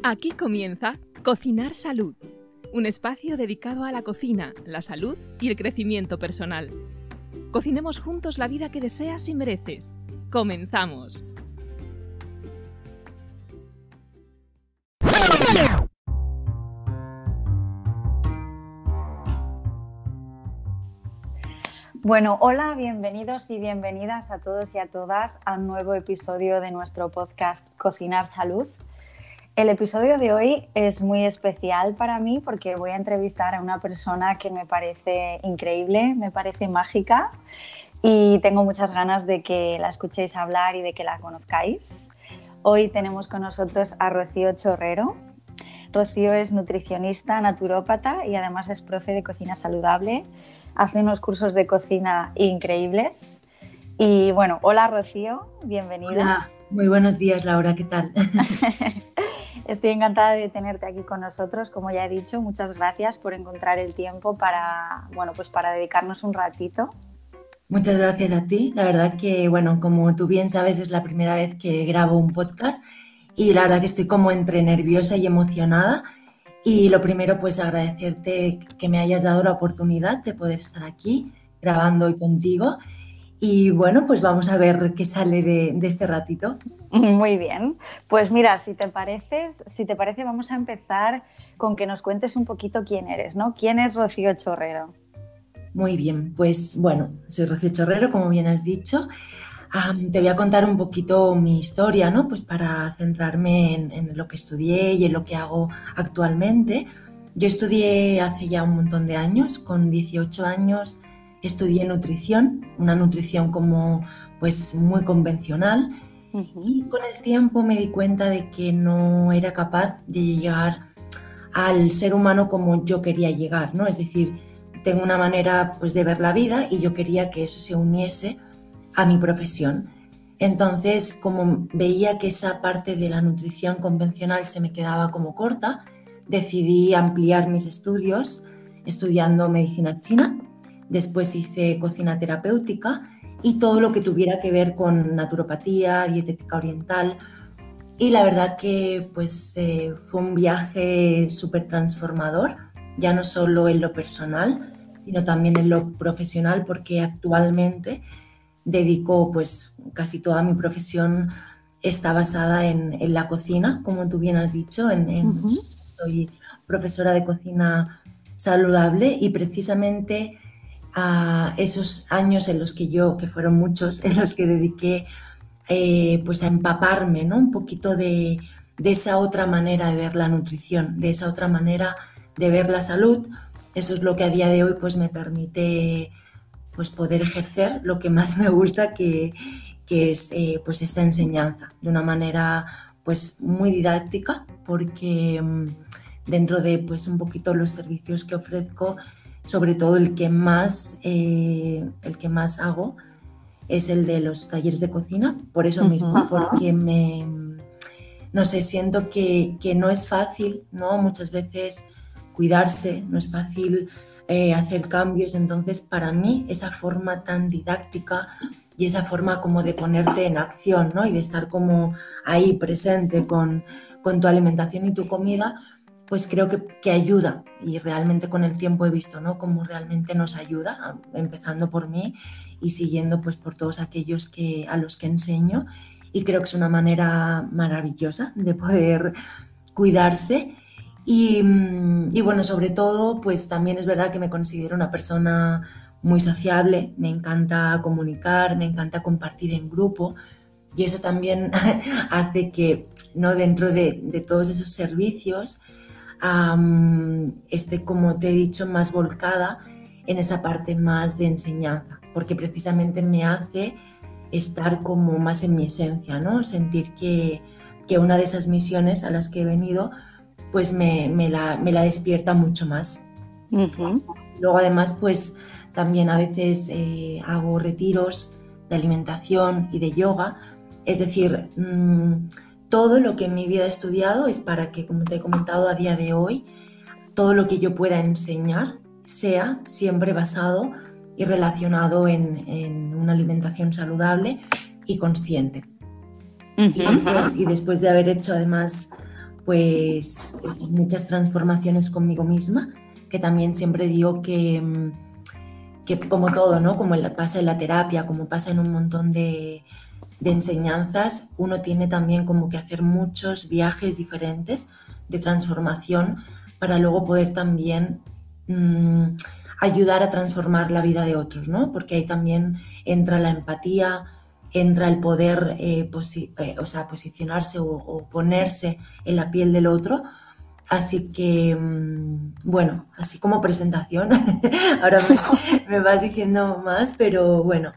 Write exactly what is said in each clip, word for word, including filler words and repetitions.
Aquí comienza Cocinar Salud, un espacio dedicado a la cocina, la salud y el crecimiento personal. Cocinemos juntos la vida que deseas y mereces. ¡Comenzamos! Bueno, hola, bienvenidos y bienvenidas a todos y a todas a un nuevo episodio de nuestro podcast Cocinar Salud. El episodio de hoy es muy especial para mí porque voy a entrevistar a una persona que me parece increíble, me parece mágica y tengo muchas ganas de que la escuchéis hablar y de que la conozcáis. Hoy tenemos con nosotros a Rocío Chorrero. Rocío es nutricionista, naturópata y además es profe de cocina saludable. Hace unos cursos de cocina increíbles. Y bueno, hola Rocío, bienvenida. Hola, muy buenos días Laura, ¿qué tal? Estoy encantada de tenerte aquí con nosotros, como ya he dicho. Muchas gracias por encontrar el tiempo para, bueno, pues para dedicarnos un ratito. Muchas gracias a ti. La verdad que, bueno, como tú bien sabes, es la primera vez que grabo un podcast y la verdad que estoy como entre nerviosa y emocionada. Y lo primero, pues agradecerte que me hayas dado la oportunidad de poder estar aquí grabando hoy contigo. Y bueno, pues vamos a ver qué sale de, de este ratito. Muy bien. Pues mira, si te pareces, si te parece, vamos a empezar con que nos cuentes un poquito quién eres, ¿no? ¿Quién es Rocío Chorrero? Muy bien, pues bueno, soy Rocío Chorrero, como bien has dicho. Um, te voy a contar un poquito mi historia, ¿no? Pues para centrarme en, en lo que estudié y en lo que hago actualmente. Yo estudié hace ya un montón de años, con dieciocho años estudié nutrición, una nutrición como pues muy convencional. Uh-huh. Y con el tiempo me di cuenta de que no era capaz de llegar al ser humano como yo quería llegar, ¿no? Es decir, tengo una manera pues de ver la vida y yo quería que eso se uniese a mi profesión. Entonces, como veía que esa parte de la nutrición convencional se me quedaba como corta, decidí ampliar mis estudios estudiando medicina china. Después hice cocina terapéutica y todo lo que tuviera que ver con naturopatía, dietética oriental. Y la verdad que pues, eh, fue un viaje súper transformador, ya no solo en lo personal, sino también en lo profesional, porque actualmente dedico pues casi toda mi profesión está basada en, en la cocina, como tú bien has dicho, en, en, uh-huh. Soy profesora de cocina saludable y precisamente a esos años en los que yo, que fueron muchos, en los que dediqué eh, pues a empaparme, ¿no? Un poquito de, de esa otra manera de ver la nutrición, de esa otra manera de ver la salud. Eso es lo que a día de hoy pues me permite pues poder ejercer lo que más me gusta, que, que es eh, pues esta enseñanza de una manera pues muy didáctica, porque um, dentro de pues un poquito los servicios que ofrezco, sobre todo el que más eh, el que más hago es el de los talleres de cocina, por eso mismo, uh-huh. porque me no sé, siento que, que no es fácil, ¿no? Muchas veces cuidarse, no es fácil Eh, hacer cambios, entonces para mí esa forma tan didáctica y esa forma como de ponerte en acción, ¿no? Y de estar como ahí presente con, con tu alimentación y tu comida, pues creo que, que ayuda y realmente con el tiempo he visto, ¿no? Cómo realmente nos ayuda, empezando por mí y siguiendo pues por todos aquellos que, a los que enseño, y creo que es una manera maravillosa de poder cuidarse. Y, y bueno, sobre todo, pues también es verdad que me considero una persona muy sociable, me encanta comunicar, me encanta compartir en grupo y eso también hace que, ¿no? Dentro de, de todos esos servicios um, esté, como te he dicho, más volcada en esa parte más de enseñanza, porque precisamente me hace estar como más en mi esencia, ¿no? Sentir que, que una de esas misiones a las que he venido pues me, me, la, me la despierta mucho más. Uh-huh. Luego además pues también a veces eh, hago retiros de alimentación y de yoga, es decir, mmm, todo lo que en mi vida he estudiado es para que, como te he comentado a día de hoy, todo lo que yo pueda enseñar sea siempre basado y relacionado en, en una alimentación saludable y consciente. Uh-huh. y, después, y después de haber hecho además pues eso, muchas transformaciones conmigo misma, que también siempre digo que, que como todo, ¿no? Como pasa en la terapia, como pasa en un montón de, de enseñanzas, uno tiene también como que hacer muchos viajes diferentes de transformación para luego poder también mmm, ayudar a transformar la vida de otros, ¿no? Porque ahí también entra la empatía, entra el poder eh, posi eh, o sea, posicionarse o, o ponerse en la piel del otro. Así que, mmm, bueno, así como presentación, ahora me, me vas diciendo más, pero bueno,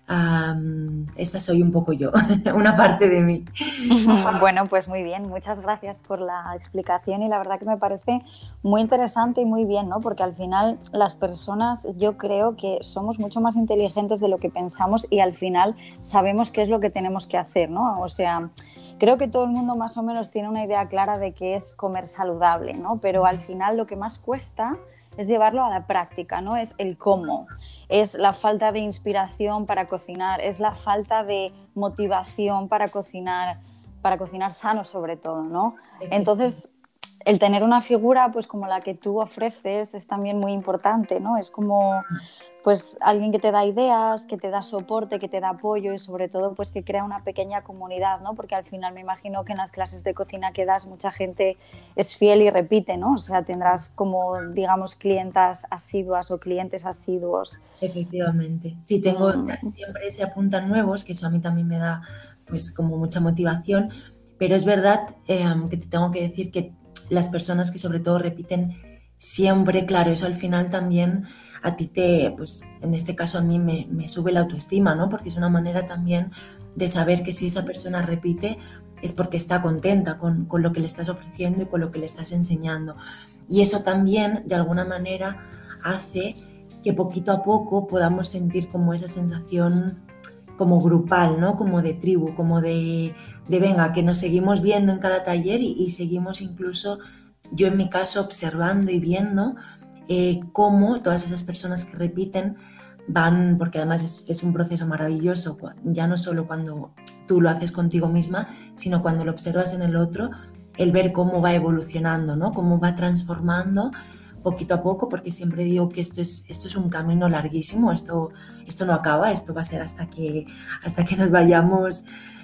um, esta soy un poco yo, una parte de mí. Bueno, pues muy bien, muchas gracias por la explicación y la verdad que me parece muy interesante y muy bien, ¿no? Porque al final las personas, yo creo que somos mucho más inteligentes de lo que pensamos y al final sabemos qué es lo que tenemos que hacer, ¿no? O sea, creo que todo el mundo más o menos tiene una idea clara de qué es comer saludable, ¿no? Pero al final lo que más cuesta es llevarlo a la práctica, ¿no? Es el cómo, es la falta de inspiración para cocinar, es la falta de motivación para cocinar, para cocinar sano sobre todo, ¿no? Entonces, el tener una figura pues como la que tú ofreces es también muy importante, ¿no? Es como pues alguien que te da ideas, que te da soporte, que te da apoyo y sobre todo pues que crea una pequeña comunidad, ¿no? Porque al final me imagino que en las clases de cocina que das mucha gente es fiel y repite, ¿no? O sea, tendrás como, digamos, clientas asiduas o clientes asiduos. Efectivamente. Sí, tengo, Mm. siempre se apuntan nuevos, que eso a mí también me da pues como mucha motivación, pero es verdad eh, que te tengo que decir que las personas que sobre todo repiten siempre, claro, eso al final también a ti te, pues en este caso a mí me, me sube la autoestima, ¿no? Porque es una manera también de saber que si esa persona repite es porque está contenta con, con lo que le estás ofreciendo y con lo que le estás enseñando. Y eso también, de alguna manera, hace que poquito a poco podamos sentir como esa sensación como grupal, ¿no? Como de tribu, como de, de venga, que nos seguimos viendo en cada taller y, y seguimos incluso, yo en mi caso, observando y viendo eh, cómo todas esas personas que repiten van, porque además es, es un proceso maravilloso, ya no solo cuando tú lo haces contigo misma, sino cuando lo observas en el otro, el ver cómo va evolucionando, ¿no? Cómo va transformando poquito a poco, porque siempre digo que esto es, esto es un camino larguísimo, esto, esto no acaba, esto va a ser hasta que, hasta que nos vayamos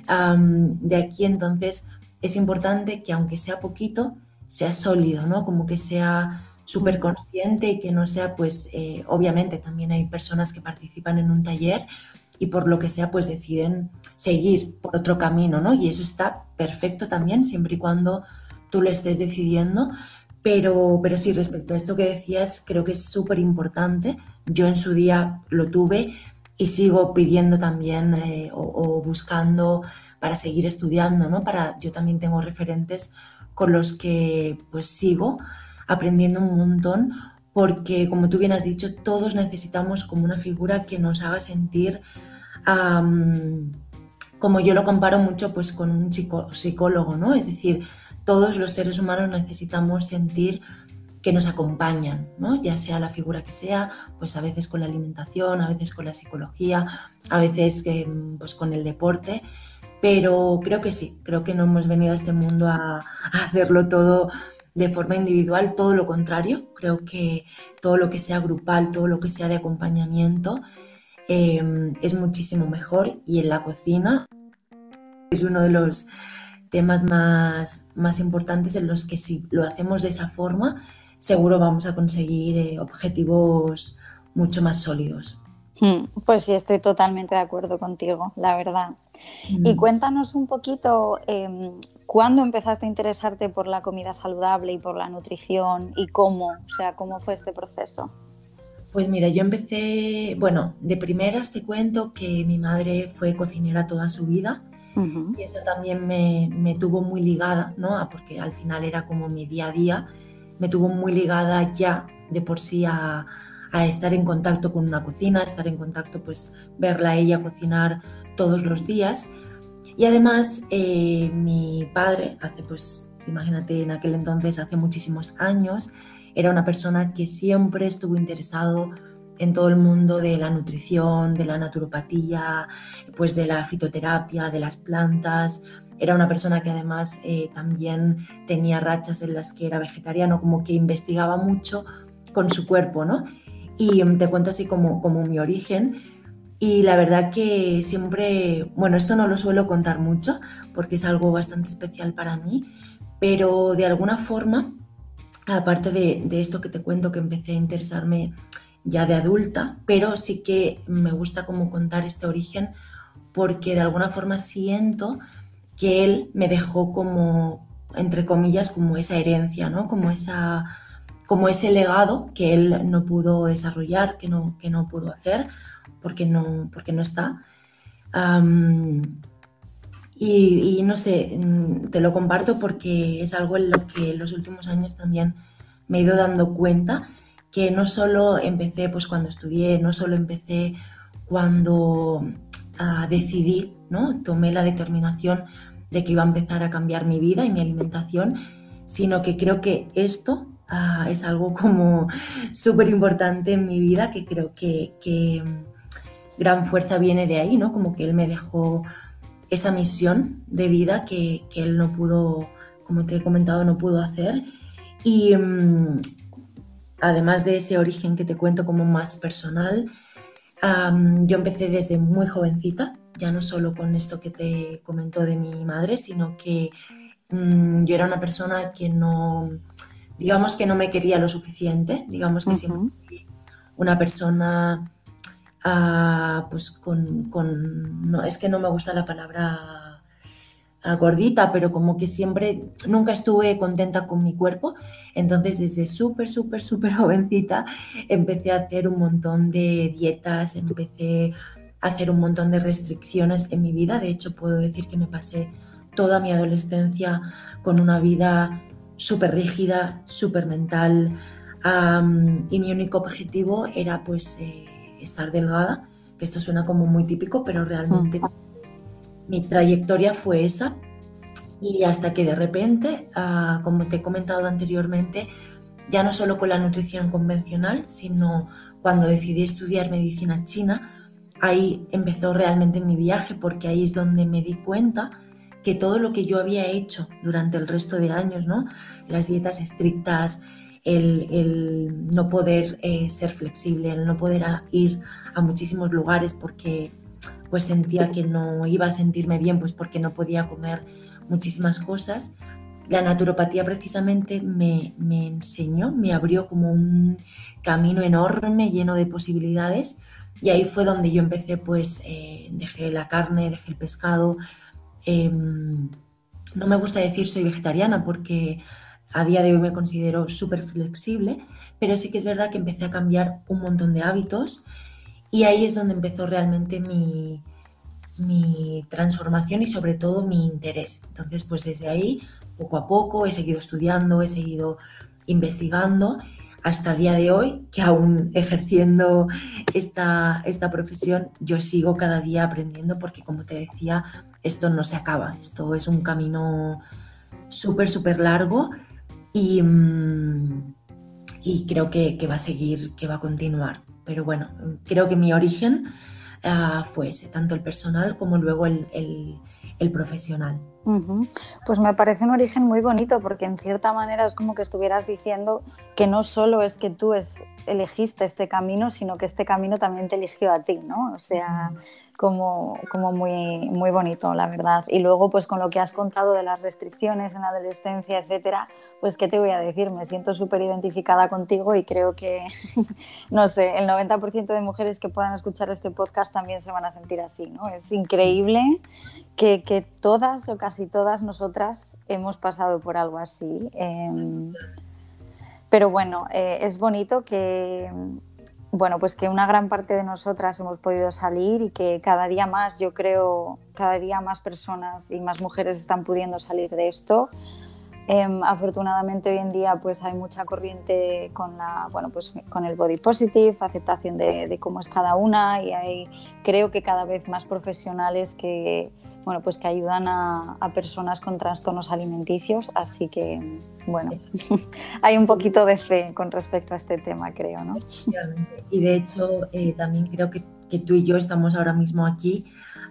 um, de aquí. Entonces es importante que aunque sea poquito, sea sólido, ¿no? Como que sea súper consciente y que no sea, pues, eh, obviamente también hay personas que participan en un taller y por lo que sea, pues deciden seguir por otro camino, ¿no? Y eso está perfecto también, siempre y cuando tú lo estés decidiendo. Pero, pero sí, respecto a esto que decías, creo que es súper importante. Yo en su día lo tuve y sigo pidiendo también eh, o, o buscando para seguir estudiando, ¿no? Para, yo también tengo referentes con los que pues sigo aprendiendo un montón porque, como tú bien has dicho, todos necesitamos como una figura que nos haga sentir, um, como yo lo comparo mucho pues con un psico- psicólogo, ¿no? Es decir, todos los seres humanos necesitamos sentir que nos acompañan, ¿no? Ya sea la figura que sea, pues a veces con la alimentación, a veces con la psicología, a veces eh, pues con el deporte, pero creo que sí, creo que no hemos venido a este mundo a, a hacerlo todo de forma individual, todo lo contrario, creo que todo lo que sea grupal, todo lo que sea de acompañamiento eh, es muchísimo mejor y en la cocina es uno de los temas más, más importantes en los que si lo hacemos de esa forma, seguro vamos a conseguir eh, objetivos mucho más sólidos. Pues sí, estoy totalmente de acuerdo contigo, la verdad. Mm. Y cuéntanos un poquito, eh, ¿cuándo empezaste a interesarte por la comida saludable y por la nutrición y cómo? O sea, ¿cómo fue este proceso? Pues mira, yo empecé, bueno, de primeras te cuento que mi madre fue cocinera toda su vida. Uh-huh. Y eso también me, me tuvo muy ligada, ¿no? A- Porque al final era como mi día a día, me tuvo muy ligada ya de por sí a, a estar en contacto con una cocina, a estar en contacto, pues verla a ella cocinar todos los días. Y además eh, mi padre, hace pues, imagínate, en aquel entonces, hace muchísimos años, era una persona que siempre estuvo interesado en todo el mundo de la nutrición, de la naturopatía, pues de la fitoterapia, de las plantas. era una persona que además eh, también tenía rachas en las que era vegetariano, como que investigaba mucho con su cuerpo, ¿no? Y um, te cuento así como, como mi origen. Y la verdad que siempre, bueno, esto no lo suelo contar mucho porque es algo bastante especial para mí, pero de alguna forma, aparte de, de esto que te cuento, que empecé a interesarme ya de adulta, pero sí que me gusta como contar este origen porque de alguna forma siento que él me dejó como, entre comillas, como esa herencia, ¿no? Como, esa, como ese legado que él no pudo desarrollar, que no, que no pudo hacer porque no, porque no está. Um, y, y no sé, te lo comparto porque es algo en lo que en los últimos años también me he ido dando cuenta que no solo empecé pues cuando estudié, no solo empecé cuando uh, decidí, ¿no? Tomé la determinación de que iba a empezar a cambiar mi vida y mi alimentación, sino que creo que esto uh, es algo como súper importante en mi vida, que creo que, que gran fuerza viene de ahí, ¿no? Como que él me dejó esa misión de vida que, que él no pudo, como te he comentado, no pudo hacer. Y um, además de ese origen que te cuento como más personal, um, yo empecé desde muy jovencita, ya no solo con esto que te comentó de mi madre, sino que um, yo era una persona que no, digamos que no me quería lo suficiente, digamos que uh-huh. siempre fui una persona... Uh, pues con, con no, es que no me gusta la palabra uh, gordita, pero como que siempre, nunca estuve contenta con mi cuerpo, entonces desde súper, súper, súper jovencita empecé a hacer un montón de dietas, empecé a hacer un montón de restricciones en mi vida. De hecho puedo decir que me pasé toda mi adolescencia con una vida súper rígida, súper mental, um, y mi único objetivo era pues eh, estar delgada, que esto suena como muy típico, pero realmente uh-huh. mi trayectoria fue esa. Y hasta que de repente, uh, como te he comentado anteriormente, ya no solo con la nutrición convencional, sino cuando decidí estudiar medicina china, ahí empezó realmente mi viaje, porque ahí es donde me di cuenta que todo lo que yo había hecho durante el resto de años, ¿no? Las dietas estrictas, El, el no poder eh, ser flexible, el no poder a, ir a muchísimos lugares porque pues sentía que no iba a sentirme bien, pues porque no podía comer muchísimas cosas. La naturopatía precisamente me, me enseñó, me abrió como un camino enorme lleno de posibilidades, y ahí fue donde yo empecé, pues eh, dejé la carne, dejé el pescado. Eh, no me gusta decir soy vegetariana porque a día de hoy me considero súper flexible, pero sí que es verdad que empecé a cambiar un montón de hábitos, y ahí es donde empezó realmente mi, mi transformación y sobre todo mi interés. Entonces, pues desde ahí, poco a poco, he seguido estudiando, he seguido investigando, hasta el día de hoy, que aún ejerciendo esta, esta profesión, yo sigo cada día aprendiendo porque, como te decía, esto no se acaba, esto es un camino súper, súper largo. Y, y creo que, que va a seguir, que va a continuar. Pero bueno, creo que mi origen uh, fue ese, tanto el personal como luego el, el, el profesional. Uh-huh. Pues me parece un origen muy bonito, porque en cierta manera es como que estuvieras diciendo que no solo es que tú es, elegiste este camino, sino que este camino también te eligió a ti, ¿no? O sea, uh-huh. como, como muy, muy bonito, la verdad. Y luego, pues con lo que has contado de las restricciones en la adolescencia, etcétera, pues qué te voy a decir, me siento súper identificada contigo, y creo que, no sé, el noventa por ciento de mujeres que puedan escuchar este podcast también se van a sentir así, ¿no? Es increíble que, que todas o casi todas nosotras hemos pasado por algo así. Eh, pero bueno, eh, es bonito que... Bueno, pues que una gran parte de nosotras hemos podido salir, y que cada día más, yo creo, cada día más personas y más mujeres están pudiendo salir de esto. Eh, afortunadamente hoy en día pues hay mucha corriente con, la, bueno, pues con el body positive, aceptación de, de cómo es cada una, y hay, creo que cada vez más profesionales que, bueno, pues que ayudan a, a personas con trastornos alimenticios, así que bueno, hay un poquito de fe con respecto a este tema, creo, ¿no? Y de hecho eh, también creo que, que tú y yo estamos ahora mismo aquí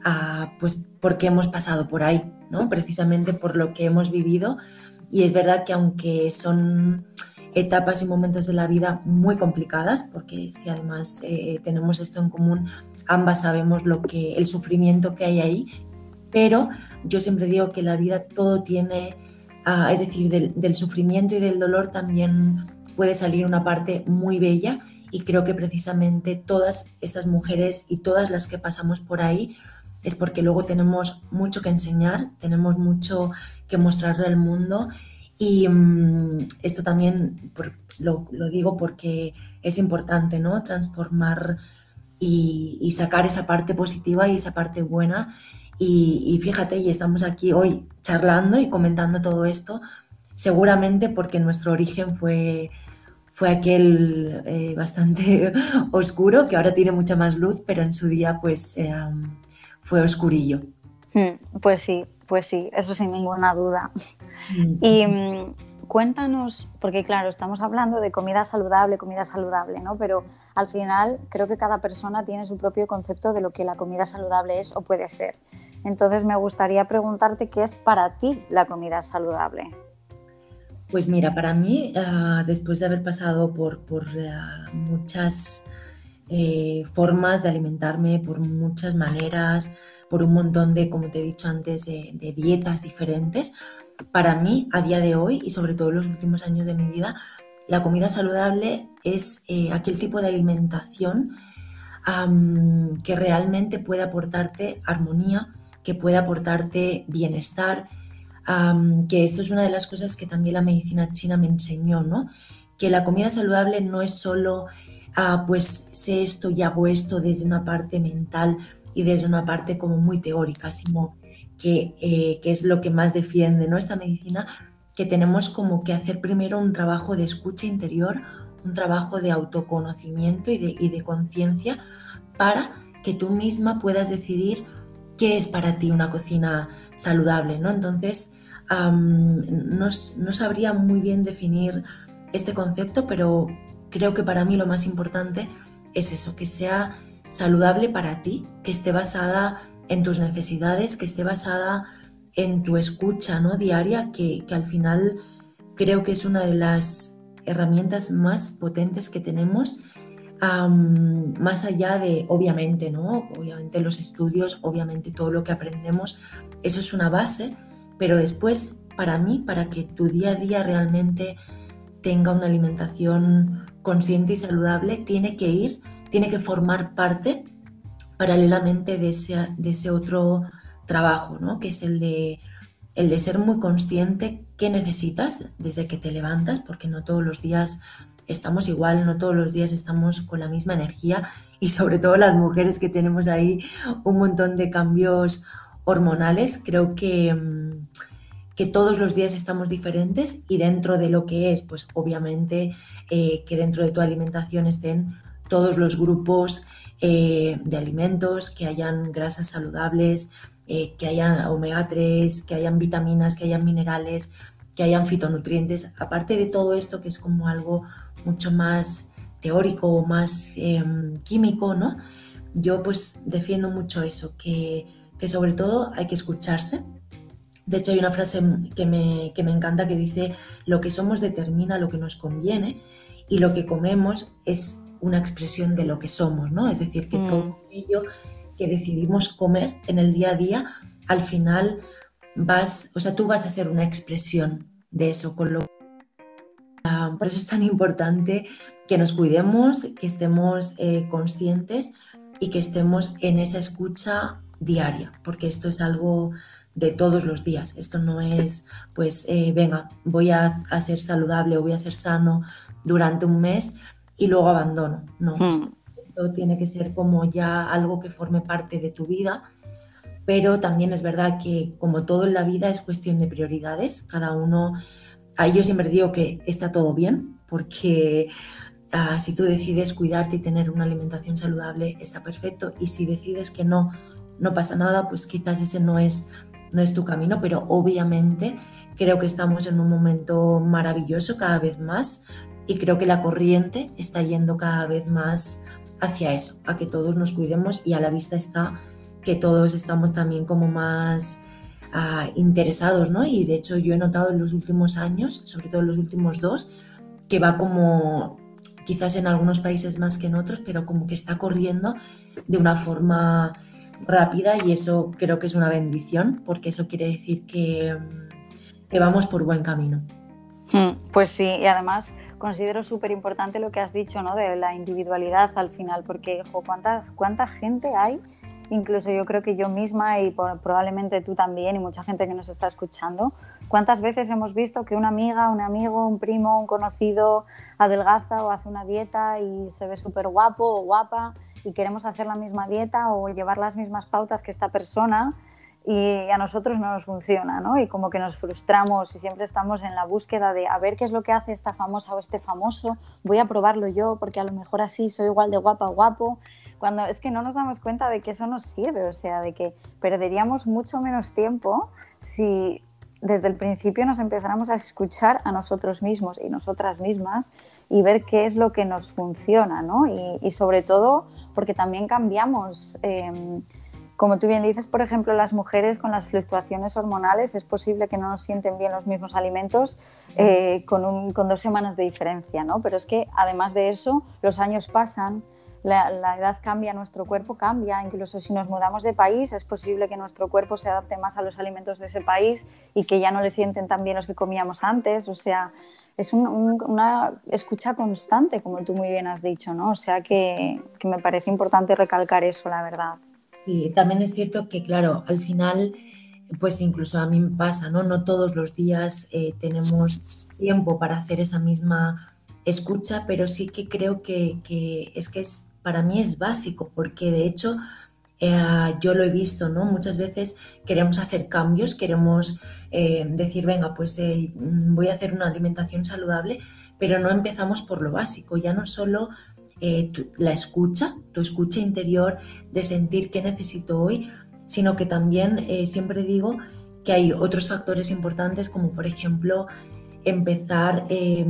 uh, pues porque hemos pasado por ahí, ¿no? Precisamente por lo que hemos vivido. Y es verdad que aunque son etapas y momentos de la vida muy complicadas, porque si además eh, tenemos esto en común, ambas sabemos lo que, el sufrimiento que hay ahí, pero yo siempre digo que la vida todo tiene, uh, es decir, del, del sufrimiento y del dolor también puede salir una parte muy bella, y creo que precisamente todas estas mujeres y todas las que pasamos por ahí es porque luego tenemos mucho que enseñar, tenemos mucho que mostrarle al mundo. Y um, esto también por, lo, lo digo porque es importante, ¿no? Transformar y, y sacar esa parte positiva y esa parte buena. Y, y fíjate, y estamos aquí hoy charlando y comentando todo esto, seguramente porque nuestro origen fue, fue aquel eh, bastante oscuro, que ahora tiene mucha más luz, pero en su día pues eh, fue oscurillo. Pues sí, pues sí, eso sin ninguna duda. Y um, cuéntanos, porque claro, estamos hablando de comida saludable, comida saludable, ¿no? Pero al final creo que cada persona tiene su propio concepto de lo que la comida saludable es o puede ser. Entonces me gustaría preguntarte qué es para ti la comida saludable. Pues mira, para mí, uh, después de haber pasado por, por uh, muchas eh, formas de alimentarme, por muchas maneras, por un montón de, como te he dicho antes, de, de dietas diferentes, para mí, a día de hoy y sobre todo en los últimos años de mi vida, la comida saludable es eh, aquel tipo de alimentación um, que realmente puede aportarte armonía, que puede aportarte bienestar, um, que esto es una de las cosas que también la medicina china me enseñó, ¿no? Que la comida saludable no es solo, uh, pues sé esto y hago esto desde una parte mental y desde una parte como muy teórica, sino que, eh, que es lo que más defiende, ¿no? Esta medicina, que tenemos como que hacer primero un trabajo de escucha interior, un trabajo de autoconocimiento y de, y de conciencia para que tú misma puedas decidir qué es para ti una cocina saludable, ¿no? Entonces, um, no, no sabría muy bien definir este concepto, pero creo que para mí lo más importante es eso, que sea saludable para ti, que esté basada en tus necesidades, que esté basada en tu escucha, ¿no? diaria, que, que al final creo que es una de las herramientas más potentes que tenemos, um, más allá de, obviamente, ¿no? Obviamente los estudios, obviamente todo lo que aprendemos, eso es una base, pero después, para mí, para que tu día a día realmente tenga una alimentación consciente y saludable, tiene que ir, tiene que formar parte paralelamente de ese, de ese otro trabajo, ¿no? Que es el de, el de ser muy consciente qué necesitas desde que te levantas, porque no todos los días estamos igual, no todos los días estamos con la misma energía, y sobre todo las mujeres que tenemos ahí un montón de cambios hormonales, creo que, que todos los días estamos diferentes, y dentro de lo que es, pues obviamente eh, que dentro de tu alimentación estén todos los grupos eh, de alimentos, que hayan grasas saludables, eh, que hayan omega tres, que hayan vitaminas, que hayan minerales, que hayan fitonutrientes, aparte de todo esto que es como algo mucho más teórico o más eh, químico, ¿no? Yo pues defiendo mucho eso, que, que sobre todo hay que escucharse. De hecho hay una frase que me, que me encanta, que dice: lo que somos determina lo que nos conviene, y lo que comemos es una expresión de lo que somos, ¿no? Es decir, que mm. todo aquello que decidimos comer en el día a día, al final vas, o sea, tú vas a ser una expresión de eso, con lo uh, por eso es tan importante que nos cuidemos, que estemos eh, conscientes y que estemos en esa escucha diaria, porque esto es algo de todos los días. Esto no es, pues, eh, venga, voy a, a ser saludable o voy a ser sano durante un mes y luego abandono. No, hmm. esto, esto tiene que ser como ya algo que forme parte de tu vida, pero también es verdad que, como todo en la vida, es cuestión de prioridades. Cada uno, ahí yo siempre digo que está todo bien, porque uh, si tú decides cuidarte y tener una alimentación saludable, está perfecto, y si decides que no, no pasa nada, pues quizás ese no es, no es tu camino, pero obviamente creo que estamos en un momento maravilloso cada vez más, y creo que la corriente está yendo cada vez más hacia eso, a que todos nos cuidemos, y a la vista está que todos estamos también como más uh, interesados, ¿no? Y de hecho yo he notado en los últimos años, sobre todo en los últimos dos, que va como, quizás en algunos países más que en otros, pero como que está corriendo de una forma rápida, y eso creo que es una bendición, porque eso quiere decir que, que vamos por buen camino. Pues sí, y además considero súper importante lo que has dicho, ¿no? De la individualidad al final, porque jo, ¿cuánta, cuánta gente hay? Incluso yo creo que yo misma y por, probablemente tú también y mucha gente que nos está escuchando, ¿cuántas veces hemos visto que una amiga, un amigo, un primo, un conocido adelgaza o hace una dieta y se ve súper guapo o guapa y queremos hacer la misma dieta o llevar las mismas pautas que esta persona y a nosotros no nos funciona, ¿no? Y como que nos frustramos y siempre estamos en la búsqueda de a ver qué es lo que hace esta famosa o este famoso, voy a probarlo yo porque a lo mejor así soy igual de guapa o guapo, cuando es que no nos damos cuenta de que eso nos sirve, o sea, de que perderíamos mucho menos tiempo si desde el principio nos empezáramos a escuchar a nosotros mismos y nosotras mismas y ver qué es lo que nos funciona, ¿no? Y, y sobre todo porque también cambiamos... Eh, Como tú bien dices, por ejemplo, las mujeres con las fluctuaciones hormonales es posible que no nos sienten bien los mismos alimentos eh, con, un, con dos semanas de diferencia, ¿no? Pero es que además de eso, los años pasan, la, la edad cambia, nuestro cuerpo cambia, incluso si nos mudamos de país es posible que nuestro cuerpo se adapte más a los alimentos de ese país y que ya no le sienten tan bien los que comíamos antes, o sea, es un, un, una escucha constante, como tú muy bien has dicho, ¿no? O sea que, que me parece importante recalcar eso, la verdad. Sí, también es cierto que, claro, al final, pues incluso a mí me pasa, ¿no? No todos los días eh, tenemos tiempo para hacer esa misma escucha, pero sí que creo que, que es que es, para mí es básico, porque de hecho eh, yo lo he visto, ¿no? Muchas veces queremos hacer cambios, queremos eh, decir, venga, pues eh, voy a hacer una alimentación saludable, pero no empezamos por lo básico, ya no solo... Eh, tu, la escucha, tu escucha interior de sentir qué necesito hoy, sino que también eh, siempre digo que hay otros factores importantes como por ejemplo empezar, eh,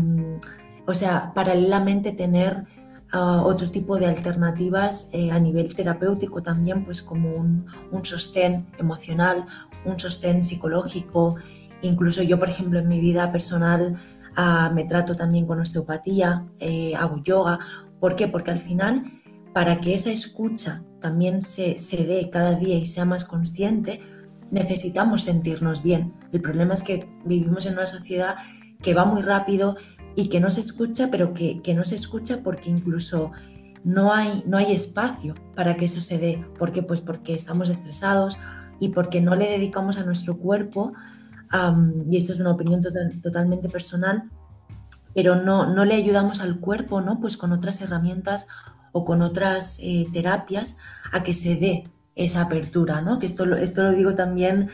o sea, paralelamente tener uh, otro tipo de alternativas eh, a nivel terapéutico también, pues como un, un sostén emocional, un sostén psicológico. Incluso yo, por ejemplo, en mi vida personal uh, me trato también con osteopatía, eh, hago yoga. ¿Por qué? Porque al final, para que esa escucha también se, se dé cada día y sea más consciente, necesitamos sentirnos bien. El problema es que vivimos en una sociedad que va muy rápido y que no se escucha, pero que, que no se escucha porque incluso no hay, no hay espacio para que eso se dé. ¿Por qué? Pues porque estamos estresados y porque no le dedicamos a nuestro cuerpo, um, y esto es una opinión total, totalmente personal, pero no, no le ayudamos al cuerpo, ¿no? Pues con otras herramientas o con otras eh, terapias a que se dé esa apertura, ¿no? Que esto, esto lo digo también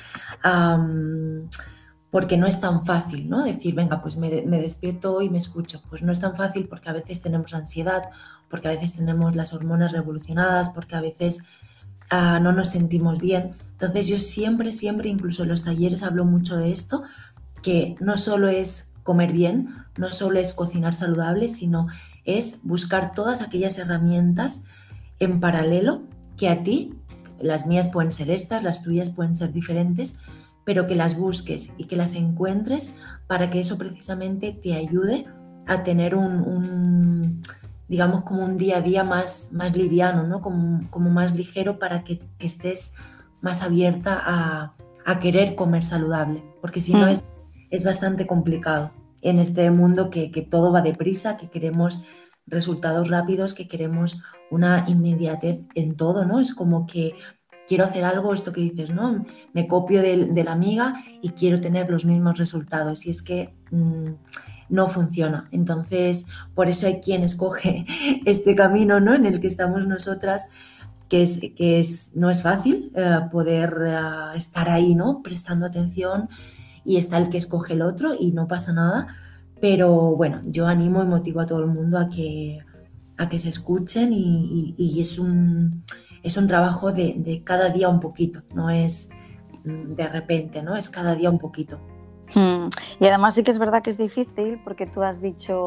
um, porque no es tan fácil, ¿no? Decir, venga, pues me, me despierto hoy y me escucho. Pues no es tan fácil porque a veces tenemos ansiedad, porque a veces tenemos las hormonas revolucionadas, porque a veces uh, no nos sentimos bien. Entonces yo siempre, siempre, incluso en los talleres hablo mucho de esto, que no solo es comer bien, no solo es cocinar saludable, sino es buscar todas aquellas herramientas en paralelo que a ti, las mías pueden ser estas, las tuyas pueden ser diferentes, pero que las busques y que las encuentres para que eso precisamente te ayude a tener un, un digamos, como un día a día más, más liviano, ¿no? Como, como más ligero para que, que estés más abierta a, a querer comer saludable, porque si no es, es bastante complicado en este mundo que, que todo va deprisa, que queremos resultados rápidos, que queremos una inmediatez en todo, ¿no? Es como que quiero hacer algo, esto que dices, ¿no? Me copio de, de la amiga y quiero tener los mismos resultados, y es que mmm, no funciona. Entonces, por eso hay quien escoge este camino, ¿no? En el que estamos nosotras, que es, que es, no es fácil eh, poder uh, estar ahí, ¿no? Prestando atención, y está el que escoge el otro y no pasa nada, pero bueno, yo animo y motivo a todo el mundo a que, a que se escuchen y, y, y es, un, es un trabajo de, de cada día un poquito, no es de repente, ¿no? Es cada día un poquito. Hmm. Y además sí que es verdad que es difícil porque tú has dicho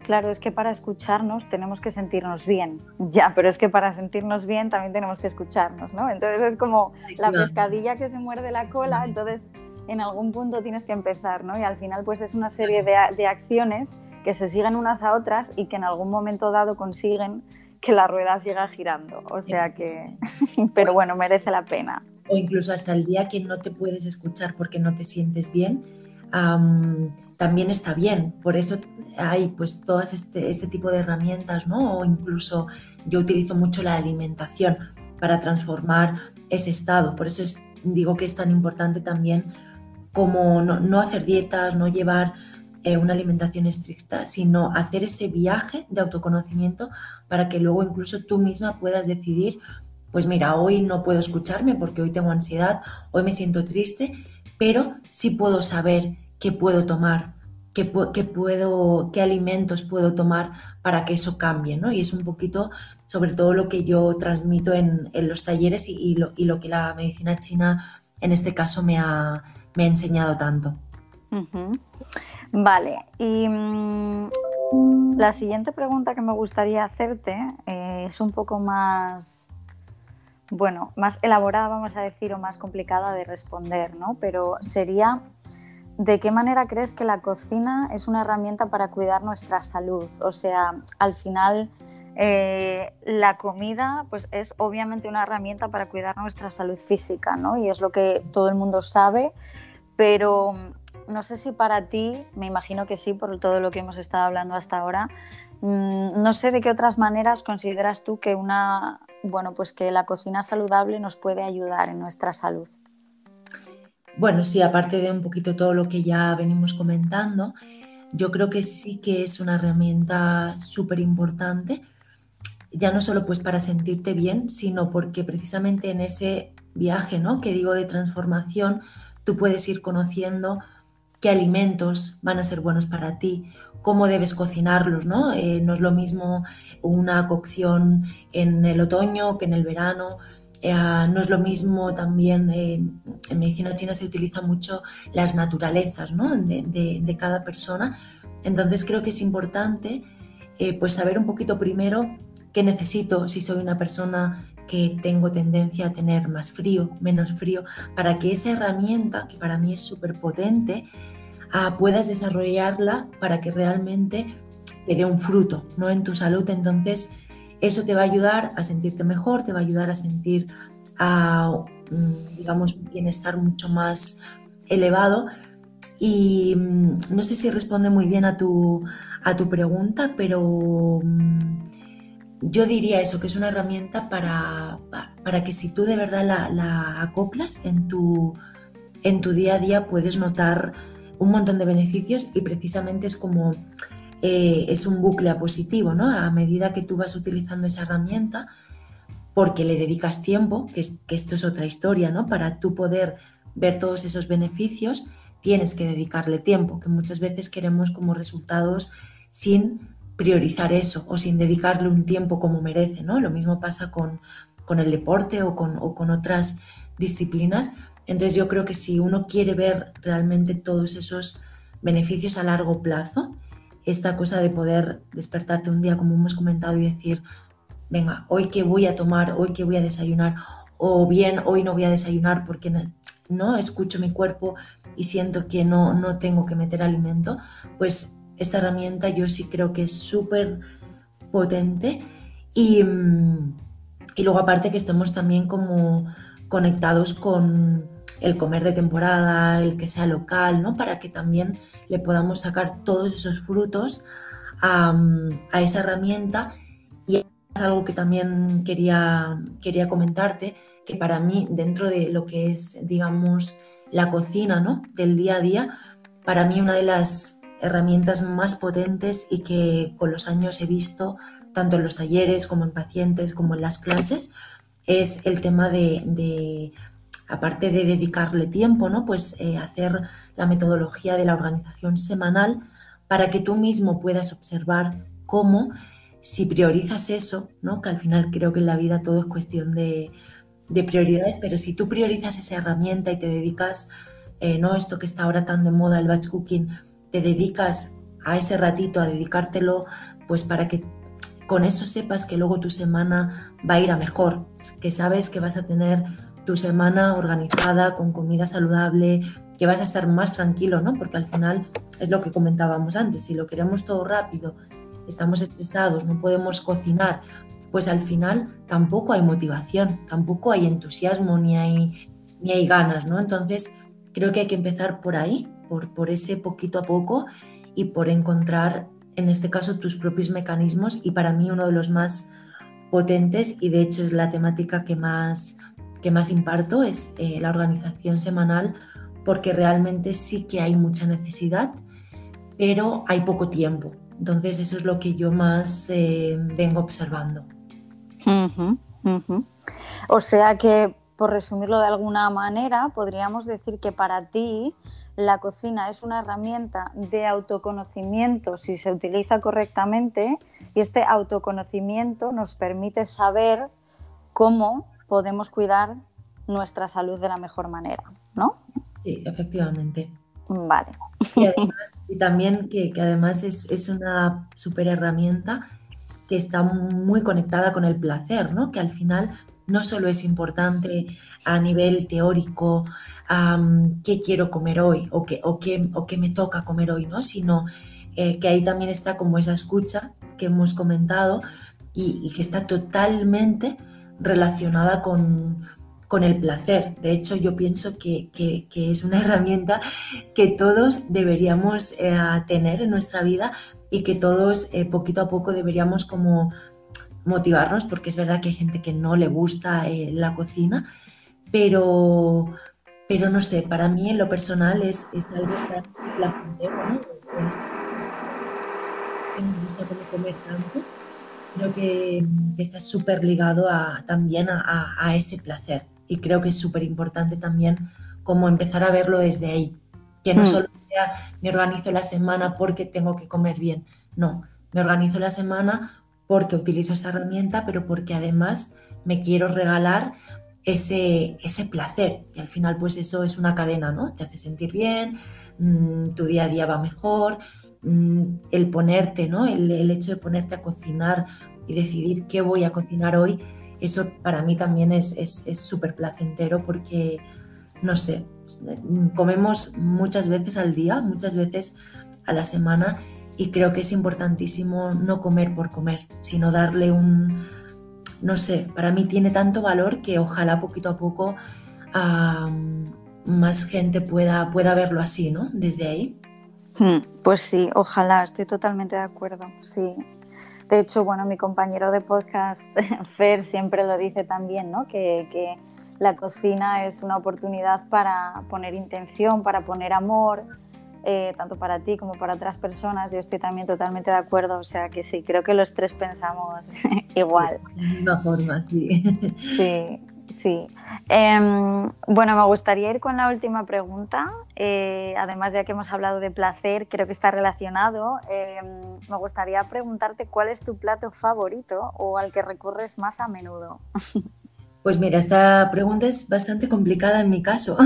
Claro, es que para escucharnos tenemos que sentirnos bien, ya, pero es que para sentirnos bien también tenemos que escucharnos, ¿no? Entonces es como la pescadilla que se muerde la cola, entonces en algún punto tienes que empezar, ¿no? Y al final pues es una serie de, de acciones que se siguen unas a otras y que en algún momento dado consiguen que la rueda siga girando, o sea que, pero bueno, merece la pena. O incluso hasta el día que no te puedes escuchar porque no te sientes bien, um, también está bien. Por eso hay pues todas este, este tipo de herramientas, ¿no? O incluso yo utilizo mucho la alimentación para transformar ese estado. Por eso es, digo que es tan importante también como no, no hacer dietas, no llevar eh, una alimentación estricta, sino hacer ese viaje de autoconocimiento para que luego incluso tú misma puedas decidir, pues mira, hoy no puedo escucharme porque hoy tengo ansiedad, hoy me siento triste, pero sí puedo saber qué puedo tomar, qué, qué, puedo, qué alimentos puedo tomar para que eso cambie, ¿no? Y es un poquito sobre todo lo que yo transmito en, en los talleres y, y, lo, y lo que la medicina china en este caso me ha, me ha enseñado tanto. Uh-huh. Vale, y mmm, la siguiente pregunta que me gustaría hacerte eh, es un poco más... bueno, más elaborada, vamos a decir, o más complicada de responder, ¿no? Pero sería, ¿de qué manera crees que la cocina es una herramienta para cuidar nuestra salud? O sea, al final, eh, la comida, pues es obviamente una herramienta para cuidar nuestra salud física, ¿no? Y es lo que todo el mundo sabe, pero no sé si para ti, me imagino que sí, por todo lo que hemos estado hablando hasta ahora, no sé de qué otras maneras consideras tú que una, bueno, pues que la cocina saludable nos puede ayudar en nuestra salud. Bueno, sí, aparte de un poquito todo lo que ya venimos comentando, yo creo que sí que es una herramienta súper importante, ya no solo pues para sentirte bien, sino porque precisamente en ese viaje, ¿no?, que digo de transformación, tú puedes ir conociendo qué alimentos van a ser buenos para ti, cómo debes cocinarlos, ¿no? Eh, no es lo mismo una cocción en el otoño que en el verano. Eh, no es lo mismo también, eh, en medicina china se utiliza mucho las naturalezas, ¿no?, de, de, de cada persona. Entonces creo que es importante eh, pues saber un poquito primero qué necesito, si soy una persona que tengo tendencia a tener más frío, menos frío, para que esa herramienta, que para mí es súper potente, uh, puedas desarrollarla para que realmente te dé un fruto, ¿no?, en tu salud. Entonces, eso te va a ayudar a sentirte mejor, te va a ayudar a sentir, uh, digamos, un bienestar mucho más elevado. Y um, no sé si responde muy bien a tu, a tu pregunta, pero... Um, yo diría eso, que es una herramienta para, para que si tú de verdad la, la acoplas en tu, en tu día a día puedes notar un montón de beneficios y precisamente es como, eh, es un bucle positivo, ¿no? A medida que tú vas utilizando esa herramienta, porque le dedicas tiempo, que, es, que esto es otra historia, ¿no? Para tú poder ver todos esos beneficios, tienes que dedicarle tiempo, que muchas veces queremos como resultados sin priorizar eso o sin dedicarle un tiempo como merece, ¿no? Lo mismo pasa con, con el deporte o con, o con otras disciplinas. Entonces yo creo que si uno quiere ver realmente todos esos beneficios a largo plazo, esta cosa de poder despertarte un día, como hemos comentado, y decir, venga, hoy qué voy a tomar, hoy qué voy a desayunar, o bien hoy no voy a desayunar porque no escucho mi cuerpo y siento que no, no tengo que meter alimento, pues esta herramienta yo sí creo que es súper potente y, y luego aparte que estemos también como conectados con el comer de temporada, el que sea local, ¿no? Para que también le podamos sacar todos esos frutos a, a esa herramienta. Y es algo que también quería, quería comentarte, que para mí dentro de lo que es, digamos, la cocina, ¿no?, del día a día, para mí una de las herramientas más potentes y que con los años he visto tanto en los talleres como en pacientes como en las clases es el tema de, de aparte de dedicarle tiempo, ¿no?, pues eh, hacer la metodología de la organización semanal para que tú mismo puedas observar cómo, si priorizas eso, ¿no?, que al final creo que en la vida todo es cuestión de, de prioridades, pero si tú priorizas esa herramienta y te dedicas, eh, no esto que está ahora tan de moda, el batch cooking, te dedicas a ese ratito, a dedicártelo, pues para que con eso sepas que luego tu semana va a ir a mejor, que sabes que vas a tener tu semana organizada, con comida saludable, que vas a estar más tranquilo, ¿no? Porque al final es lo que comentábamos antes, si lo queremos todo rápido, estamos estresados, no podemos cocinar, pues al final tampoco hay motivación, tampoco hay entusiasmo, ni hay, ni hay ganas, ¿no? Entonces creo que hay que empezar por ahí, por, por ese poquito a poco y por encontrar, en este caso, tus propios mecanismos, y para mí uno de los más potentes, y de hecho es la temática que más, que más imparto, es eh, la organización semanal, porque realmente sí que hay mucha necesidad, pero hay poco tiempo. Entonces eso es lo que yo más eh, vengo observando. Uh-huh, uh-huh. O sea que, por resumirlo de alguna manera, podríamos decir que para ti la cocina es una herramienta de autoconocimiento si se utiliza correctamente, y este autoconocimiento nos permite saber cómo podemos cuidar nuestra salud de la mejor manera, ¿no? Sí, efectivamente. Vale. Y, además, y también que, que además es, es una súper herramienta que está muy conectada con el placer, ¿no? Que al final no solo es importante a nivel teórico, um, qué quiero comer hoy o qué, o qué, o qué me toca comer hoy, ¿no? Sino eh, que ahí también está como esa escucha que hemos comentado y, y que está totalmente relacionada con, con el placer. De hecho, yo pienso que, que, que es una herramienta que todos deberíamos eh, tener en nuestra vida, y que todos eh, poquito a poco deberíamos como motivarnos, porque es verdad que hay gente que no le gusta eh, la cocina, pero, pero no sé, para mí en lo personal es, es algo tan placentero, ¿no? En este caso, que nos gusta como comer tanto, creo que, que está súper ligado a, también a, a, a ese placer, y creo que es súper importante también como empezar a verlo desde ahí, que no mm. solo sea me organizo la semana porque tengo que comer bien, no, me organizo la semana porque utilizo esta herramienta, pero porque además me quiero regalar ese, ese placer, y al final pues eso es una cadena, ¿no? Te hace sentir bien, mmm, tu día a día va mejor, mmm, el ponerte, ¿no? El, el hecho de ponerte a cocinar y decidir qué voy a cocinar hoy, eso para mí también es súper es, es placentero, porque, no sé, comemos muchas veces al día, muchas veces a la semana, y creo que es importantísimo no comer por comer, sino darle un, no sé, para mí tiene tanto valor que ojalá poquito a poco um, más gente pueda, pueda verlo así, ¿no? Desde ahí. Pues sí, ojalá, estoy totalmente de acuerdo, sí. De hecho, bueno, mi compañero de podcast, Fer, siempre lo dice también, ¿no? Que, que la cocina es una oportunidad para poner intención, para poner amor, eh, tanto para ti como para otras personas. Yo estoy también totalmente de acuerdo, o sea que sí, creo que los tres pensamos igual. De la misma forma, sí. Sí, sí. Eh, bueno, me gustaría ir con la última pregunta. Eh, además, ya que hemos hablado de placer, creo que está relacionado. Eh, me gustaría preguntarte cuál es tu plato favorito o al que recurres más a menudo. Pues mira, esta pregunta es bastante complicada en mi caso,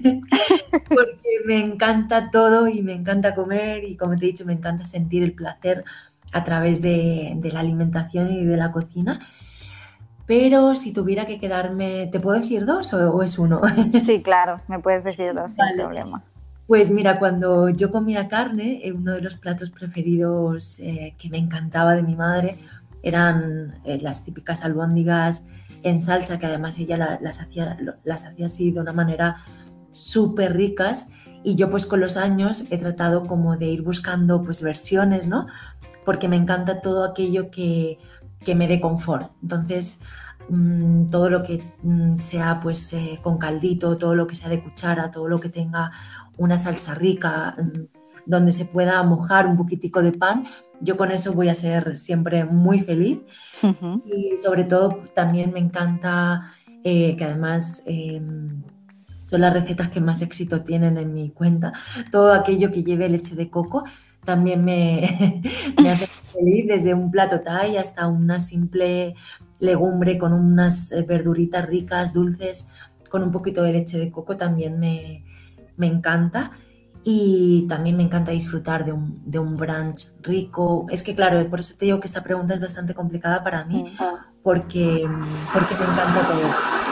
porque me encanta todo y me encanta comer, y como te he dicho, me encanta sentir el placer a través de, de la alimentación y de la cocina. Pero si tuviera que quedarme, ¿te puedo decir dos o, o es uno? Sí, claro, me puedes decir dos, vale, sin problema. Pues mira, cuando yo comía carne, uno de los platos preferidos eh, que me encantaba de mi madre eran eh, las típicas albóndigas en salsa, que además ella la, las, hacía, las hacía así de una manera súper ricas, y yo pues con los años he tratado como de ir buscando pues versiones, ¿no? Porque me encanta todo aquello que, que me dé confort. Entonces, mmm, todo lo que mmm, sea pues eh, con caldito, todo lo que sea de cuchara, todo lo que tenga una salsa rica, mmm, donde se pueda mojar un poquitico de pan, yo con eso voy a ser siempre muy feliz. Uh-huh. Y sobre todo también me encanta eh, que además eh, son las recetas que más éxito tienen en mi cuenta, todo aquello que lleve leche de coco también me, me hace feliz, desde un plato thai hasta una simple legumbre con unas verduritas ricas, dulces, con un poquito de leche de coco también me, me encanta. y también me encanta disfrutar de un, de un brunch rico. Es que claro, por eso te digo que esta pregunta es bastante complicada para mí, porque, porque me encanta todo.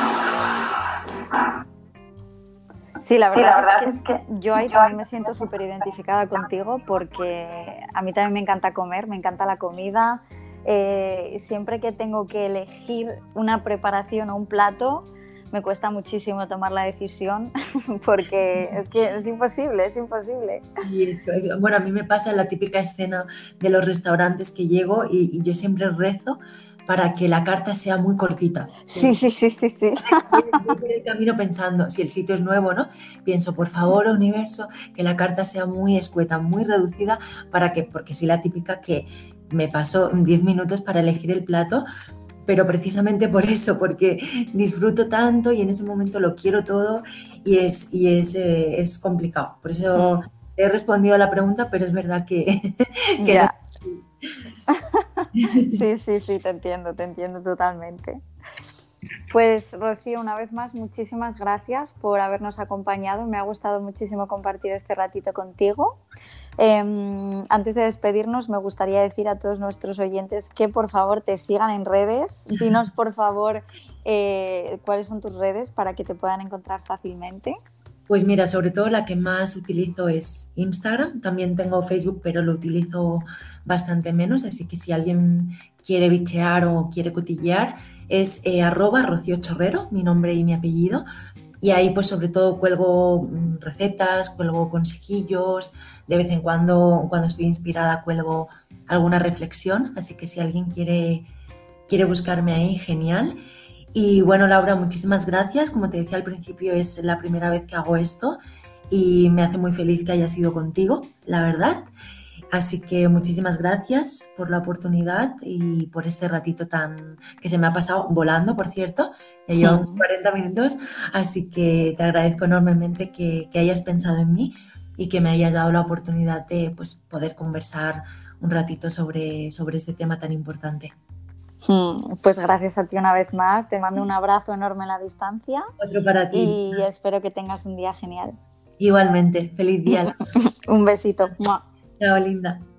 Sí, la verdad, sí, la verdad es, que es que yo ahí también me siento súper identificada contigo, porque a mí también me encanta comer, me encanta la comida. Eh, siempre que tengo que elegir una preparación o un plato, me cuesta muchísimo tomar la decisión, porque es que es imposible, es imposible. Sí, es, es, bueno, a mí me pasa la típica escena de los restaurantes que llego y, y yo siempre rezo para que la carta sea muy cortita. Sí, sí, sí, sí, sí. Voy por el camino pensando, si el sitio es nuevo, ¿no? Pienso, por favor, universo, que la carta sea muy escueta, muy reducida, para que, porque soy la típica que me paso diez minutos para elegir el plato, pero precisamente por eso, porque disfruto tanto y en ese momento lo quiero todo y es, y es, eh, es complicado. Por eso sí. He respondido a la pregunta, pero es verdad que, que ya. No... Sí, sí, sí, te entiendo, te entiendo totalmente. Pues Rocío, una vez más, muchísimas gracias por habernos acompañado. Me ha gustado muchísimo compartir este ratito contigo. Eh, antes de despedirnos, me gustaría decir a todos nuestros oyentes que por favor te sigan en redes. Dinos por favor eh, cuáles son tus redes para que te puedan encontrar fácilmente. Pues mira, sobre todo la que más utilizo es Instagram. También tengo Facebook, pero lo utilizo bastante menos. Así que si alguien quiere bichear o quiere cotillear, es eh, arroba Rocío Chorrero, mi nombre y mi apellido. Y ahí pues sobre todo cuelgo recetas, cuelgo consejillos. De vez en cuando, cuando estoy inspirada, cuelgo alguna reflexión. Así que si alguien quiere, quiere buscarme ahí, genial. Y bueno, Laura, muchísimas gracias. Como te decía al principio, es la primera vez que hago esto y me hace muy feliz que haya sido contigo, la verdad. Así que muchísimas gracias por la oportunidad y por este ratito tan que se me ha pasado volando, por cierto. Ya llevamos sí. cuarenta minutos, así que te agradezco enormemente que, que hayas pensado en mí y que me hayas dado la oportunidad de pues, poder conversar un ratito sobre, sobre este tema tan importante. Pues gracias a ti una vez más, te mando un abrazo enorme en la distancia. Otro para ti. Y espero que tengas un día genial. Igualmente, feliz día. Un besito. Chao, linda.